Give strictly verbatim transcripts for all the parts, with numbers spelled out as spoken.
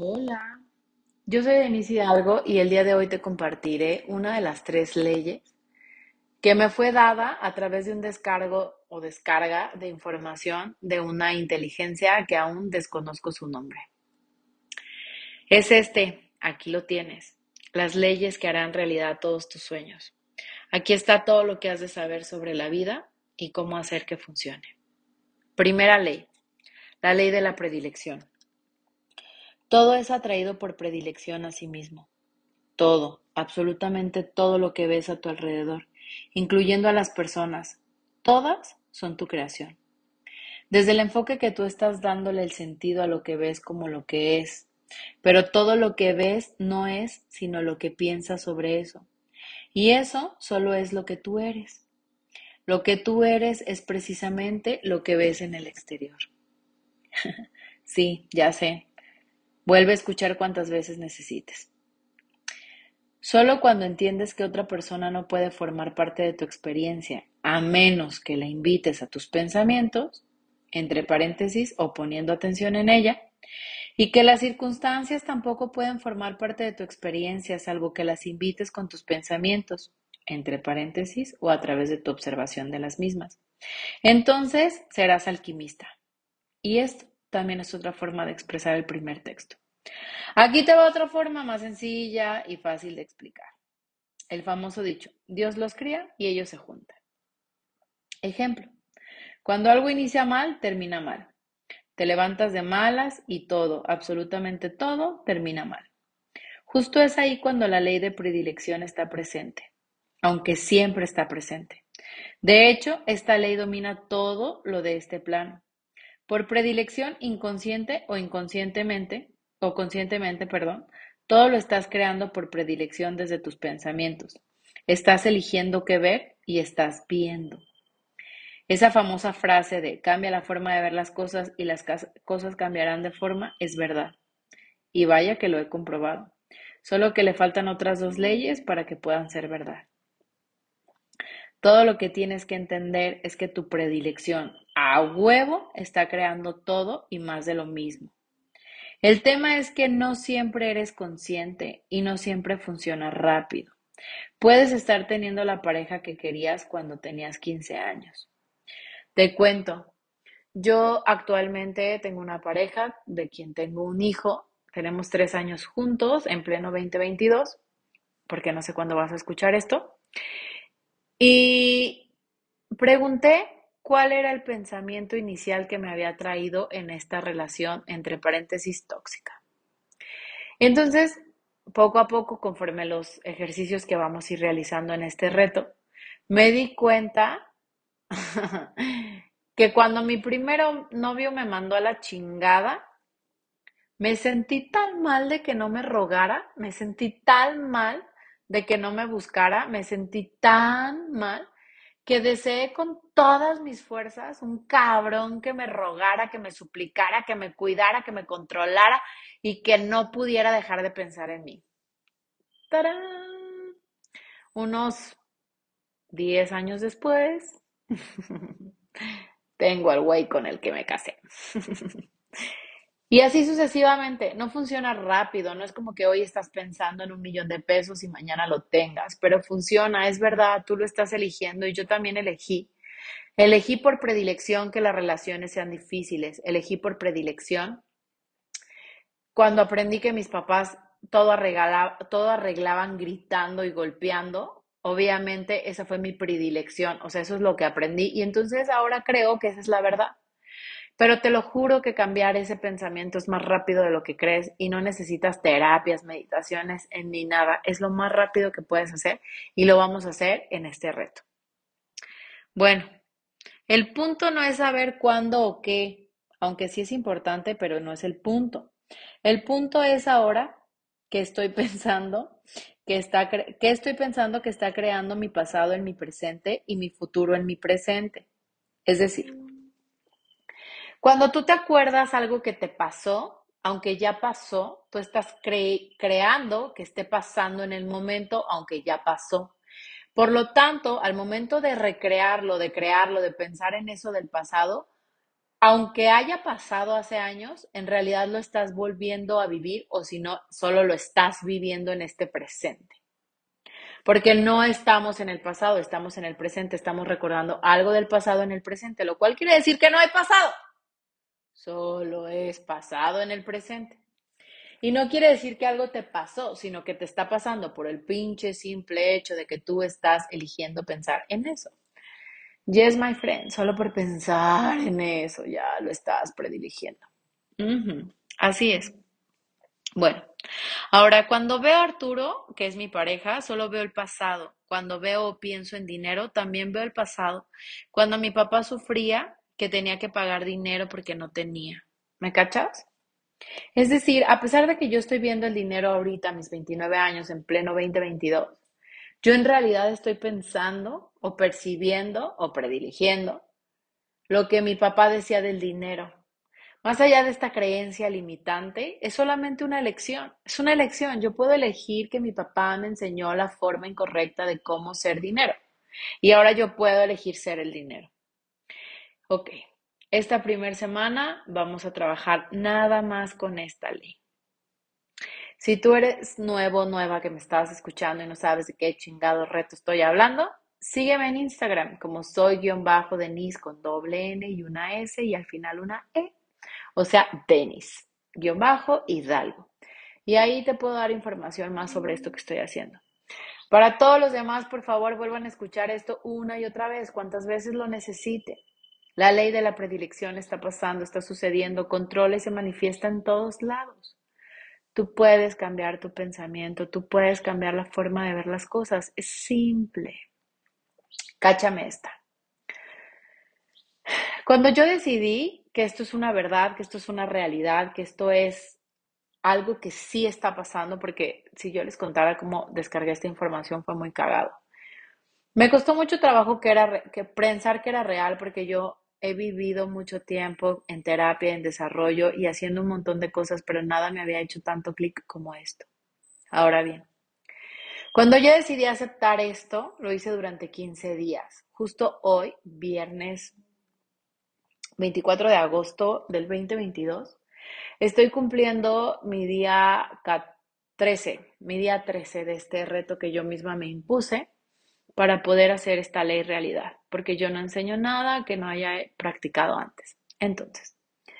Hola, yo soy Denise Hidalgo y el día de hoy te compartiré una de las tres leyes que me fue dada a través de un descargo o descarga de información de una inteligencia que aún desconozco su nombre. Es este, aquí lo tienes, las leyes que harán realidad todos tus sueños. Aquí está todo lo que has de saber sobre la vida y cómo hacer que funcione. Primera ley, la ley de la predilección. Todo es atraído por predilección a sí mismo. Todo, absolutamente todo lo que ves a tu alrededor, incluyendo a las personas, todas son tu creación. Desde el enfoque que tú estás dándole el sentido a lo que ves como lo que es, pero todo lo que ves no es sino lo que piensas sobre eso. Y eso solo es lo que tú eres. Lo que tú eres es precisamente lo que ves en el exterior. Sí, ya sé. Vuelve a escuchar cuantas veces necesites. Solo cuando entiendes que otra persona no puede formar parte de tu experiencia, a menos que la invites a tus pensamientos, entre paréntesis, o poniendo atención en ella, y que las circunstancias tampoco pueden formar parte de tu experiencia, salvo que las invites con tus pensamientos, entre paréntesis, o a través de tu observación de las mismas. Entonces serás alquimista. Y esto también es otra forma de expresar el primer texto. Aquí te va otra forma más sencilla y fácil de explicar. El famoso dicho, Dios los cría y ellos se juntan. Ejemplo, cuando algo inicia mal, termina mal. Te levantas de malas y todo, absolutamente todo, termina mal. Justo es ahí cuando la ley de predilección está presente, aunque siempre está presente. De hecho, esta ley domina todo lo de este plano. Por predilección inconsciente o inconscientemente, o conscientemente, perdón, todo lo estás creando por predilección desde tus pensamientos. Estás eligiendo qué ver y estás viendo. Esa famosa frase de cambia la forma de ver las cosas y las cosas cambiarán de forma es verdad. Y vaya que lo he comprobado. Solo que le faltan otras dos leyes para que puedan ser verdad. Todo lo que tienes que entender es que tu predilección a huevo está creando todo y más de lo mismo. El tema es que no siempre eres consciente y no siempre funciona rápido. Puedes estar teniendo la pareja que querías cuando tenías quince años. Te cuento, yo actualmente tengo una pareja de quien tengo un hijo. Tenemos tres años juntos en pleno veinte veintidós, porque no sé cuándo vas a escuchar esto. Y pregunté cuál era el pensamiento inicial que me había traído en esta relación, entre paréntesis, tóxica. Entonces, poco a poco, conforme los ejercicios que vamos a ir realizando en este reto, me di cuenta que cuando mi primer novio me mandó a la chingada, me sentí tan mal de que no me rogara, me sentí tan mal de que no me buscara, me sentí tan mal que deseé con todas mis fuerzas un cabrón que me rogara, que me suplicara, que me cuidara, que me controlara y que no pudiera dejar de pensar en mí. ¡Tarán! Unos diez años después, tengo al güey con el que me casé. Y así sucesivamente, no funciona rápido, no es como que hoy estás pensando en un millón de pesos y mañana lo tengas, pero funciona, es verdad, tú lo estás eligiendo y yo también elegí. Elegí por predilección que las relaciones sean difíciles, elegí por predilección. Cuando aprendí que mis papás todo, arreglaba, todo arreglaban gritando y golpeando, obviamente esa fue mi predilección, o sea, eso es lo que aprendí y entonces ahora creo que esa es la verdad. Pero te lo juro que cambiar ese pensamiento es más rápido de lo que crees y no necesitas terapias, meditaciones, ni nada. Es lo más rápido que puedes hacer y lo vamos a hacer en este reto. Bueno, el punto no es saber cuándo o qué, aunque sí es importante, pero no es el punto. El punto es ahora que estoy pensando que está cre- que estoy pensando que está creando mi pasado en mi presente y mi futuro en mi presente. Es decir, cuando tú te acuerdas algo que te pasó, aunque ya pasó, tú estás cre- creando que esté pasando en el momento, aunque ya pasó. Por lo tanto, al momento de recrearlo, de crearlo, de pensar en eso del pasado, aunque haya pasado hace años, en realidad lo estás volviendo a vivir o si no, solo lo estás viviendo en este presente. Porque no estamos en el pasado, estamos en el presente, estamos recordando algo del pasado en el presente, lo cual quiere decir que no hay pasado, solo es pasado en el presente. Y no quiere decir que algo te pasó, sino que te está pasando por el pinche simple hecho de que tú estás eligiendo pensar en eso. Yes, my friend, solo por pensar en eso ya lo estás predirigiendo. Ujú, así es. Bueno, ahora cuando veo a Arturo, que es mi pareja, solo veo el pasado. Cuando veo o pienso en dinero, también veo el pasado. Cuando mi papá sufría, que tenía que pagar dinero porque no tenía. ¿Me cachas? Es decir, a pesar de que yo estoy viendo el dinero ahorita a mis veintinueve años, en pleno veinte veintidós, yo en realidad estoy pensando o percibiendo o predirigiendo lo que mi papá decía del dinero. Más allá de esta creencia limitante, es solamente una elección. Es una elección. Yo puedo elegir que mi papá me enseñó la forma incorrecta de cómo ser dinero. Y ahora yo puedo elegir ser el dinero. Ok, esta primera semana vamos a trabajar nada más con esta ley. Si tú eres nuevo, nueva que me estabas escuchando y no sabes de qué chingado reto estoy hablando, sígueme en Instagram como soy-denise con doble N y una S y al final una E. O sea, Denis, guión bajo, Hidalgo. Y ahí te puedo dar información más sobre esto que estoy haciendo. Para todos los demás, por favor, vuelvan a escuchar esto una y otra vez, cuantas veces lo necesite. La ley de la predilección está pasando, está sucediendo, controla y se manifiesta en todos lados. Tú puedes cambiar tu pensamiento, tú puedes cambiar la forma de ver las cosas. Es simple. Cáchame esta. Cuando yo decidí que esto es una verdad, que esto es una realidad, que esto es algo que sí está pasando, porque si yo les contara cómo descargué esta información fue muy cagado. Me costó mucho trabajo que era, que pensar que era real, porque yo he vivido mucho tiempo en terapia, en desarrollo y haciendo un montón de cosas, pero nada me había hecho tanto clic como esto. Ahora bien, cuando yo decidí aceptar esto, lo hice durante quince días. Justo hoy, viernes veinticuatro de agosto del dos mil veintidós, estoy cumpliendo mi día trece, mi día trece de este reto que yo misma me impuse para poder hacer esta ley realidad, porque yo no enseño nada que no haya practicado antes. Entonces,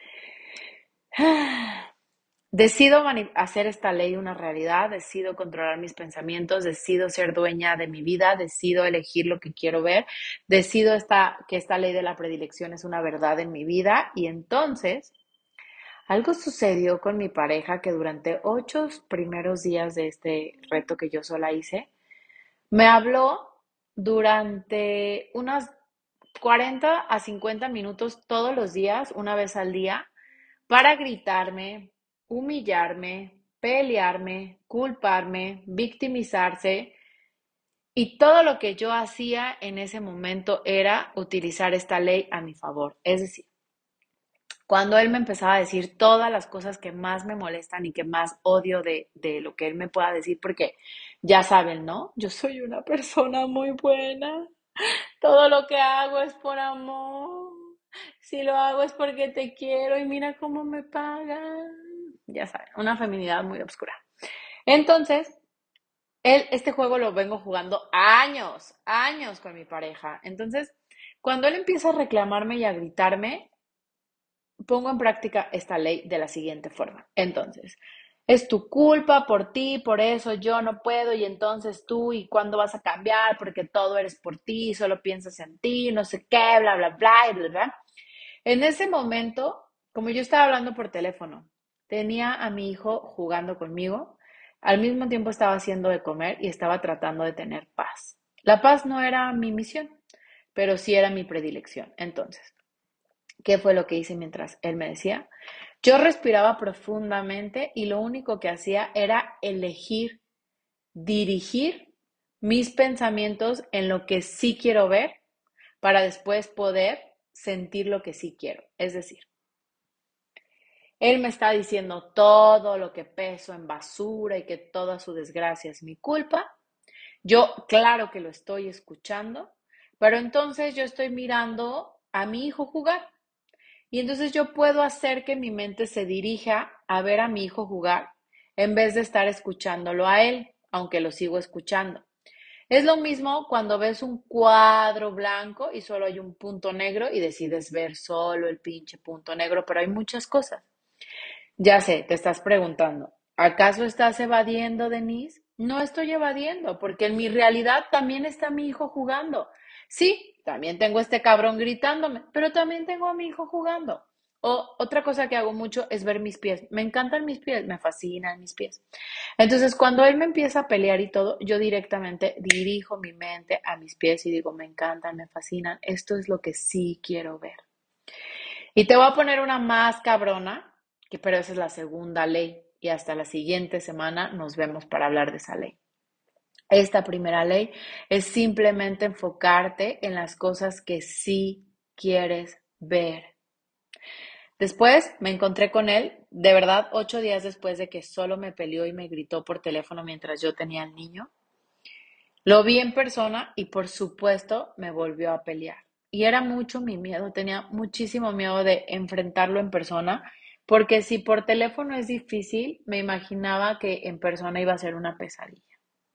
decido hacer esta ley una realidad, decido controlar mis pensamientos, decido ser dueña de mi vida, decido elegir lo que quiero ver, decido esta, que esta ley de la predilección es una verdad en mi vida y entonces algo sucedió con mi pareja que durante ocho primeros días de este reto que yo sola hice, me habló durante unas cuarenta a cincuenta minutos todos los días, una vez al día, para gritarme, humillarme, pelearme, culparme, victimizarse. Y todo lo que yo hacía en ese momento era utilizar esta ley a mi favor. Es decir, cuando él me empezaba a decir todas las cosas que más me molestan y que más odio de, de lo que él me pueda decir, porque ya saben, ¿no? Yo soy una persona muy buena. Todo lo que hago es por amor. Si lo hago es porque te quiero y mira cómo me pagan. Ya saben, una feminidad muy oscura. Entonces, él, este juego lo vengo jugando años, años con mi pareja. Entonces, cuando él empieza a reclamarme y a gritarme, pongo en práctica esta ley de la siguiente forma. Entonces, es tu culpa por ti, por eso yo no puedo y entonces tú y cuándo vas a cambiar porque todo eres por ti, solo piensas en ti, no sé qué, bla, bla, bla, y bla, bla. En ese momento, como yo estaba hablando por teléfono, tenía a mi hijo jugando conmigo, al mismo tiempo estaba haciendo de comer y estaba tratando de tener paz. La paz no era mi misión, pero sí era mi predilección. Entonces, ¿qué fue lo que hice mientras él me decía? Yo respiraba profundamente y lo único que hacía era elegir, dirigir mis pensamientos en lo que sí quiero ver para después poder sentir lo que sí quiero. Es decir, él me está diciendo todo lo que peso en basura y que toda su desgracia es mi culpa. Yo, claro que lo estoy escuchando, pero entonces yo estoy mirando a mi hijo jugar. Y entonces yo puedo hacer que mi mente se dirija a ver a mi hijo jugar en vez de estar escuchándolo a él, aunque lo sigo escuchando. Es lo mismo cuando ves un cuadro blanco y solo hay un punto negro y decides ver solo el pinche punto negro, pero hay muchas cosas. Ya sé, te estás preguntando, ¿acaso estás evadiendo, Denise? No estoy evadiendo, porque en mi realidad también está mi hijo jugando. Sí, también tengo este cabrón gritándome, pero también tengo a mi hijo jugando. O otra cosa que hago mucho es ver mis pies. Me encantan mis pies, me fascinan mis pies. Entonces, cuando él me empieza a pelear y todo, yo directamente dirijo mi mente a mis pies y digo, me encantan, me fascinan, esto es lo que sí quiero ver. Y te voy a poner una más cabrona, que pero esa es la segunda ley. Y hasta la siguiente semana nos vemos para hablar de esa ley. Esta primera ley es simplemente enfocarte en las cosas que sí quieres ver. Después me encontré con él, de verdad, ocho días después de que solo me peleó y me gritó por teléfono mientras yo tenía al niño. Lo vi en persona y por supuesto me volvió a pelear. Y era mucho mi miedo, tenía muchísimo miedo de enfrentarlo en persona, porque si por teléfono es difícil, me imaginaba que en persona iba a ser una pesadilla.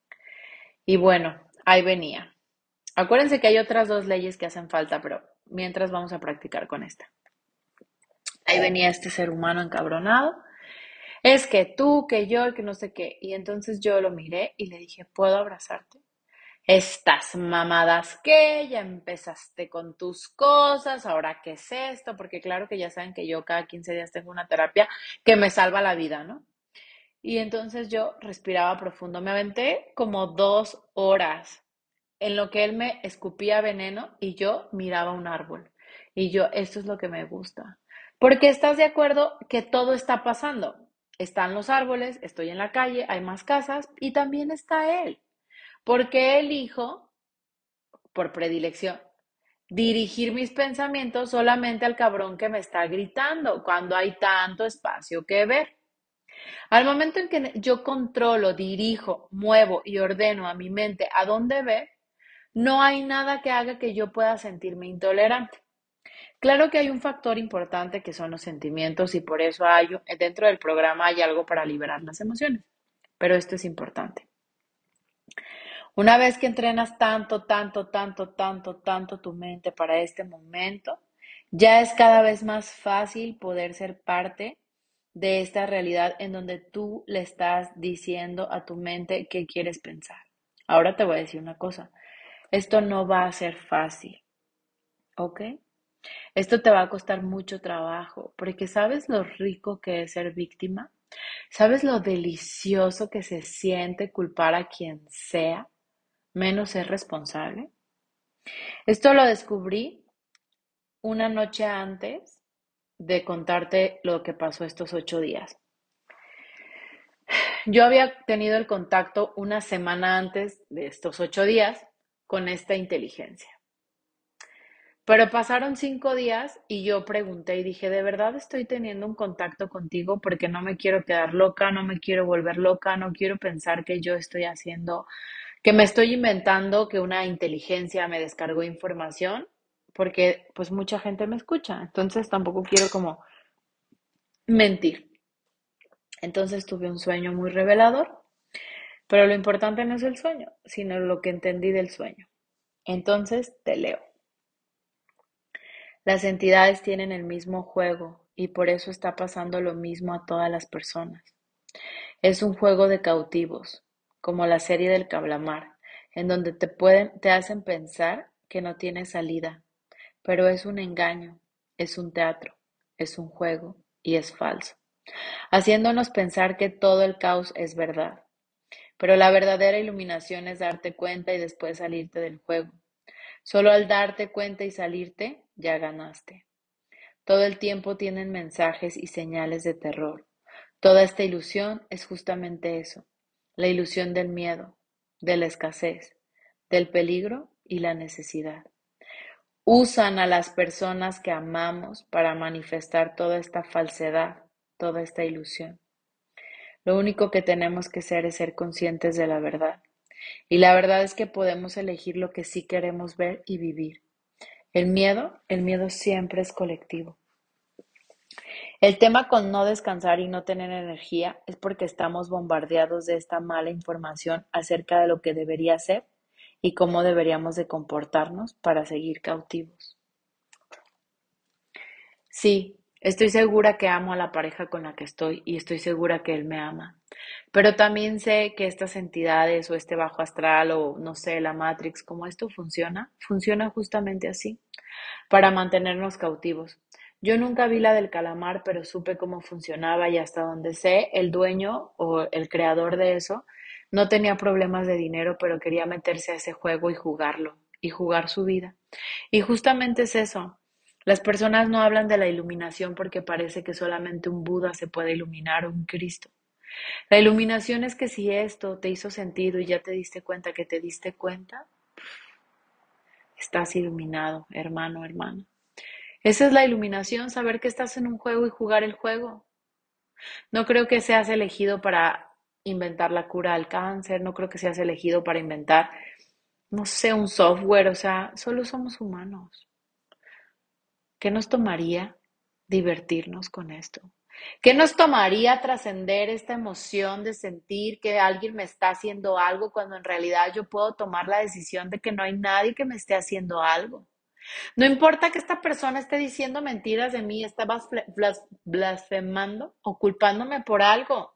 Y bueno, ahí venía. Acuérdense que hay otras dos leyes que hacen falta, pero mientras vamos a practicar con esta. Ahí venía este ser humano encabronado. Es que tú, que yo, que no sé qué. Y entonces yo lo miré y le dije, ¿puedo abrazarte? Estas mamadas que ya empezaste con tus cosas, ahora qué es esto, porque claro que ya saben que yo cada quince días tengo una terapia que me salva la vida, ¿no? Y entonces yo respiraba profundo, me aventé como dos horas en lo que él me escupía veneno y yo miraba un árbol. Y yo, esto es lo que me gusta. Porque estás de acuerdo que todo está pasando. Están los árboles, estoy en la calle, hay más casas y también está él. Porque elijo, por predilección, dirigir mis pensamientos solamente al cabrón que me está gritando cuando hay tanto espacio que ver. Al momento en que yo controlo, dirijo, muevo y ordeno a mi mente a dónde ver, no hay nada que haga que yo pueda sentirme intolerante. Claro que hay un factor importante que son los sentimientos y por eso hay, dentro del programa hay algo para liberar las emociones, pero esto es importante. Una vez que entrenas tanto, tanto, tanto, tanto, tanto tu mente para este momento, ya es cada vez más fácil poder ser parte de esta realidad en donde tú le estás diciendo a tu mente qué quieres pensar. Ahora te voy a decir una cosa, esto no va a ser fácil, ¿ok? Esto te va a costar mucho trabajo, porque ¿sabes lo rico que es ser víctima? ¿Sabes lo delicioso que se siente culpar a quien sea, menos ser responsable? Esto lo descubrí una noche antes de contarte lo que pasó estos ocho días. Yo había tenido el contacto una semana antes de estos ocho días con esta inteligencia. Pero pasaron cinco días y yo pregunté y dije, ¿de verdad estoy teniendo un contacto contigo? Porque no me quiero quedar loca, no me quiero volver loca, no quiero pensar que yo estoy haciendo, que me estoy inventando, que una inteligencia me descargó información, porque pues mucha gente me escucha, entonces tampoco quiero como mentir. Entonces tuve un sueño muy revelador, pero lo importante no es el sueño, sino lo que entendí del sueño. Entonces te leo. Las entidades tienen el mismo juego y por eso está pasando lo mismo a todas las personas. Es un juego de cautivos, como la serie del Cablamar, en donde te pueden, te hacen pensar que no tiene salida, pero es un engaño, es un teatro, es un juego y es falso, haciéndonos pensar que todo el caos es verdad. Pero la verdadera iluminación es darte cuenta y después salirte del juego. Solo al darte cuenta y salirte, ya ganaste. Todo el tiempo tienen mensajes y señales de terror. Toda esta ilusión es justamente eso, la ilusión del miedo, de la escasez, del peligro y la necesidad. Usan a las personas que amamos para manifestar toda esta falsedad, toda esta ilusión. Lo único que tenemos que hacer es ser conscientes de la verdad. Y la verdad es que podemos elegir lo que sí queremos ver y vivir. El miedo, el miedo siempre es colectivo. El tema con no descansar y no tener energía es porque estamos bombardeados de esta mala información acerca de lo que debería ser y cómo deberíamos de comportarnos para seguir cautivos. Sí, estoy segura que amo a la pareja con la que estoy y estoy segura que él me ama. Pero también sé que estas entidades o este bajo astral o no sé, la Matrix, como esto funciona, funciona justamente así, para mantenernos cautivos. Yo nunca vi la del calamar, pero supe cómo funcionaba y hasta donde sé, el dueño o el creador de eso no tenía problemas de dinero, pero quería meterse a ese juego y jugarlo, y jugar su vida. Y justamente es eso. Las personas no hablan de la iluminación porque parece que solamente un Buda se puede iluminar o un Cristo. La iluminación es que si esto te hizo sentido y ya te diste cuenta que te diste cuenta, estás iluminado, hermano, hermana. Esa es la iluminación, saber que estás en un juego y jugar el juego. No creo que seas elegido para inventar la cura al cáncer, no creo que seas elegido para inventar, no sé, un software, o sea, solo somos humanos. ¿Qué nos tomaría divertirnos con esto? ¿Qué nos tomaría trascender esta emoción de sentir que alguien me está haciendo algo cuando en realidad yo puedo tomar la decisión de que no hay nadie que me esté haciendo algo? No importa que esta persona esté diciendo mentiras de mí, está blasfemando o culpándome por algo.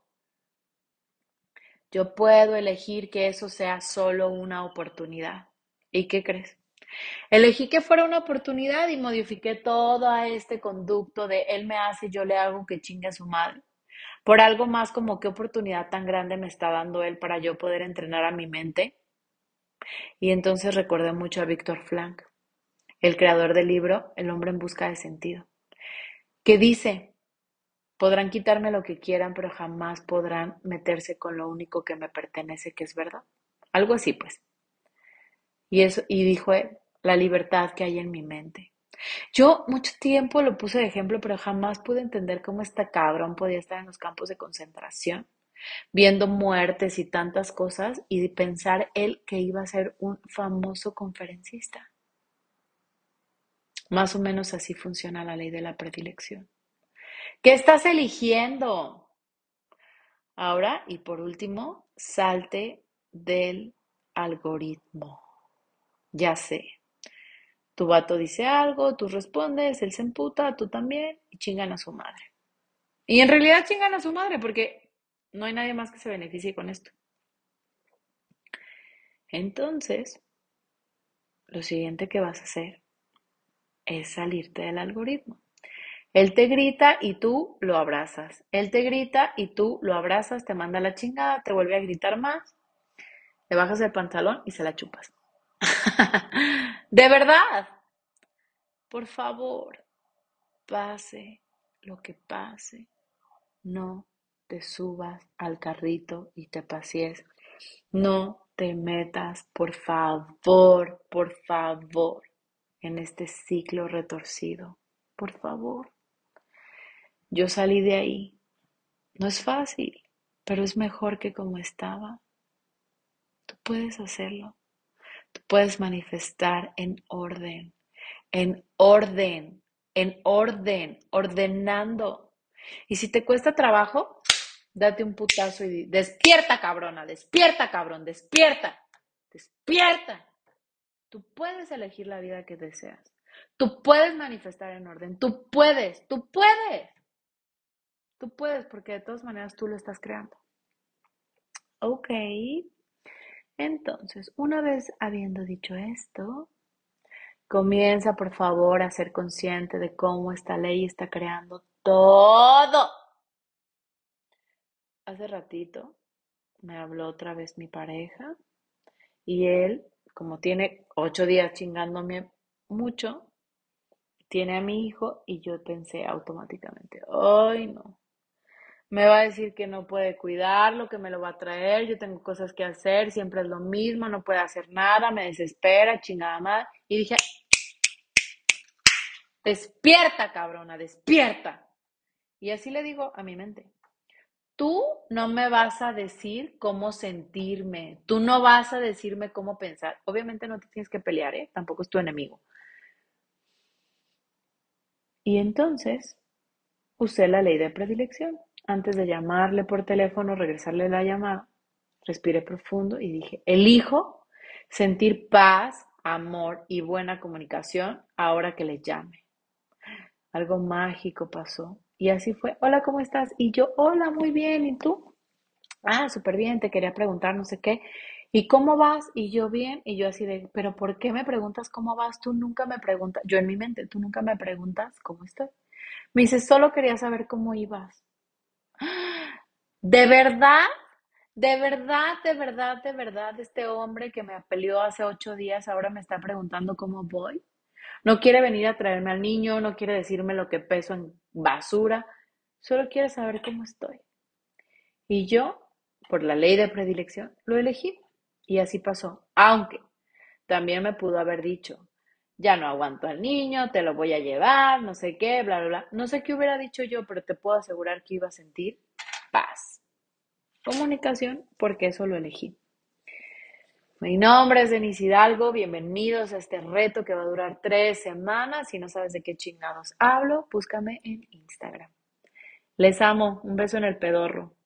Yo puedo elegir que eso sea solo una oportunidad. ¿Y qué crees? Elegí que fuera una oportunidad y modifiqué todo este conducto de él me hace y yo le hago que chingue a su madre. Por algo más como qué oportunidad tan grande me está dando él para yo poder entrenar a mi mente. Y entonces recordé mucho a Víctor Frank, el creador del libro El hombre en busca de sentido, que dice, podrán quitarme lo que quieran, pero jamás podrán meterse con lo único que me pertenece, que es verdad. Algo así, pues. Y eso, y dijo él, la libertad que hay en mi mente. Yo mucho tiempo lo puse de ejemplo, pero jamás pude entender cómo este cabrón podía estar en los campos de concentración, viendo muertes y tantas cosas, y pensar él que iba a ser un famoso conferencista. Más o menos así funciona la ley de la predilección. ¿Qué estás eligiendo? Ahora, y por último, salte del algoritmo. Ya sé, tu vato dice algo, tú respondes, él se emputa, tú también, y chingan a su madre. Y en realidad chingan a su madre porque no hay nadie más que se beneficie con esto. Entonces, lo siguiente que vas a hacer es salirte del algoritmo. Él te grita y tú lo abrazas. Él te grita y tú lo abrazas, te manda la chingada, te vuelve a gritar más, le bajas el pantalón y se la chupas. De verdad, por favor, pase lo que pase, no te subas al carrito y te pasees. No te metas, por favor, por favor, en este ciclo retorcido. Por favor. Yo salí de ahí. No es fácil, pero es mejor que como estaba. Tú puedes hacerlo. Tú puedes manifestar en orden, en orden, en orden, ordenando. Y si te cuesta trabajo, date un putazo y di, despierta, cabrona, despierta, cabrón, despierta, despierta. Tú puedes elegir la vida que deseas. Tú puedes manifestar en orden. Tú puedes, tú puedes. Tú puedes porque de todas maneras tú lo estás creando. Ok. Entonces, una vez habiendo dicho esto, comienza por favor a ser consciente de cómo esta ley está creando todo. Hace ratito me habló otra vez mi pareja y él, como tiene ocho días chingándome mucho, tiene a mi hijo y yo pensé automáticamente, ay no, me va a decir que no puede cuidarlo, que me lo va a traer, yo tengo cosas que hacer, siempre es lo mismo, no puede hacer nada, me desespera, chingada más. Y dije, despierta, cabrona, despierta. Y así le digo a mi mente, tú no me vas a decir cómo sentirme, tú no vas a decirme cómo pensar. Obviamente no te tienes que pelear, ¿eh? Tampoco es tu enemigo. Y entonces usé la ley de predilección. Antes de llamarle por teléfono, regresarle la llamada, respiré profundo y dije, elijo sentir paz, amor y buena comunicación ahora que le llame. Algo mágico pasó. Y así fue. Hola, ¿cómo estás? Y yo, hola, muy bien. ¿Y tú? Ah, súper bien. Te quería preguntar no sé qué. ¿Y cómo vas? Y yo bien. Y yo así de, pero ¿por qué me preguntas cómo vas? Tú nunca me preguntas. Yo en mi mente, tú nunca me preguntas cómo estoy. Me dice, solo quería saber cómo ibas. ¿De verdad? De verdad, de verdad, de verdad, este hombre que me peleó hace ocho días ahora me está preguntando cómo voy. No quiere venir a traerme al niño, no quiere decirme lo que peso en basura, solo quiere saber cómo estoy. Y yo, por la ley de predilección, lo elegí. Y así pasó. Aunque también me pudo haber dicho, ya no aguanto al niño, te lo voy a llevar, no sé qué, bla, bla, bla. No sé qué hubiera dicho yo, pero te puedo asegurar que iba a sentir paz. Comunicación, porque eso lo elegí. Mi nombre es Denise Hidalgo, bienvenidos a este reto que va a durar tres semanas. Si no sabes de qué chingados hablo, búscame en Instagram. Les amo, un beso en el pedorro.